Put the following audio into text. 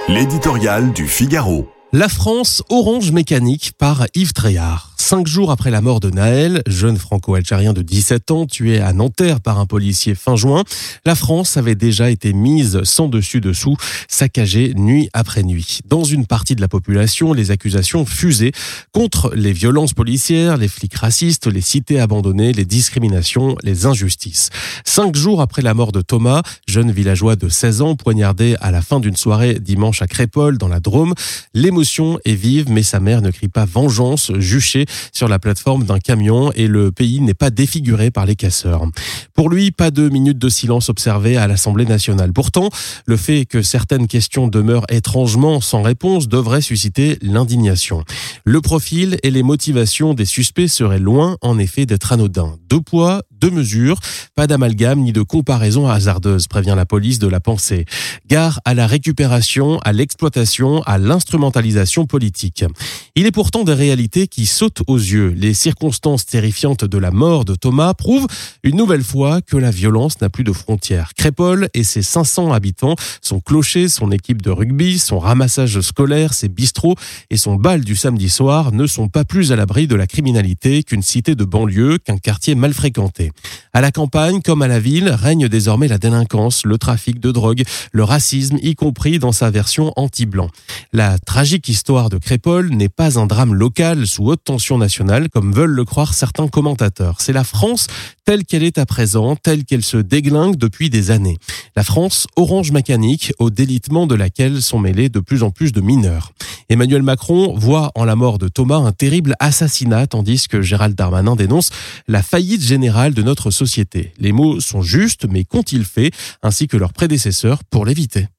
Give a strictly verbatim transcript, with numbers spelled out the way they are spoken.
L'éditorial du Figaro. La France, Orange Mécanique par Yves Tréhard. Cinq jours après la mort de Naël, jeune franco-algérien de dix-sept ans, tué à Nanterre par un policier fin juin, la France avait déjà été mise sans dessus-dessous, saccagée nuit après nuit. Dans une partie de la population, les accusations fusaient contre les violences policières, les flics racistes, les cités abandonnées, les discriminations, les injustices. Cinq jours après la mort de Thomas, jeune villageois de seize ans, poignardé à la fin d'une soirée dimanche à Crépol, dans la Drôme, l'émotion est vive, mais sa mère ne crie pas vengeance, juchée sur la plateforme d'un camion, et le pays n'est pas défiguré par les casseurs. Pour lui, pas de minute de silence observée à l'Assemblée nationale. Pourtant, le fait que certaines questions demeurent étrangement sans réponse devrait susciter l'indignation. Le profil et les motivations des suspects seraient loin, en effet, d'être anodins. Deux poids, deux mesures, pas d'amalgame ni de comparaison hasardeuse, prévient la police de la pensée. Gare à la récupération, à l'exploitation, à l'instrumentalisation politique. Il est pourtant des réalités qui sautent aux yeux. Les circonstances terrifiantes de la mort de Thomas prouvent une nouvelle fois que la violence n'a plus de frontières. Crépol et ses cinq cents habitants, son clocher, son équipe de rugby, son ramassage scolaire, ses bistrots et son bal du samedi soir ne sont pas plus à l'abri de la criminalité qu'une cité de banlieue, qu'un quartier mal fréquenté. À la campagne comme à la ville règne désormais la délinquance, le trafic de drogue, le racisme, y compris dans sa version anti-blanc. La tragique histoire de Crépol n'est pas un drame local sous haute tension nationale, comme veulent le croire certains commentateurs. C'est la France telle qu'elle est à présent, telle qu'elle se déglingue depuis des années. La France orange mécanique, au délitement de laquelle sont mêlés de plus en plus de mineurs. Emmanuel Macron voit en la mort de Thomas un terrible assassinat, tandis que Gérald Darmanin dénonce la faillite générale de notre société. Les mots sont justes, mais qu'ont-ils fait, ainsi que leurs prédécesseurs, pour l'éviter ?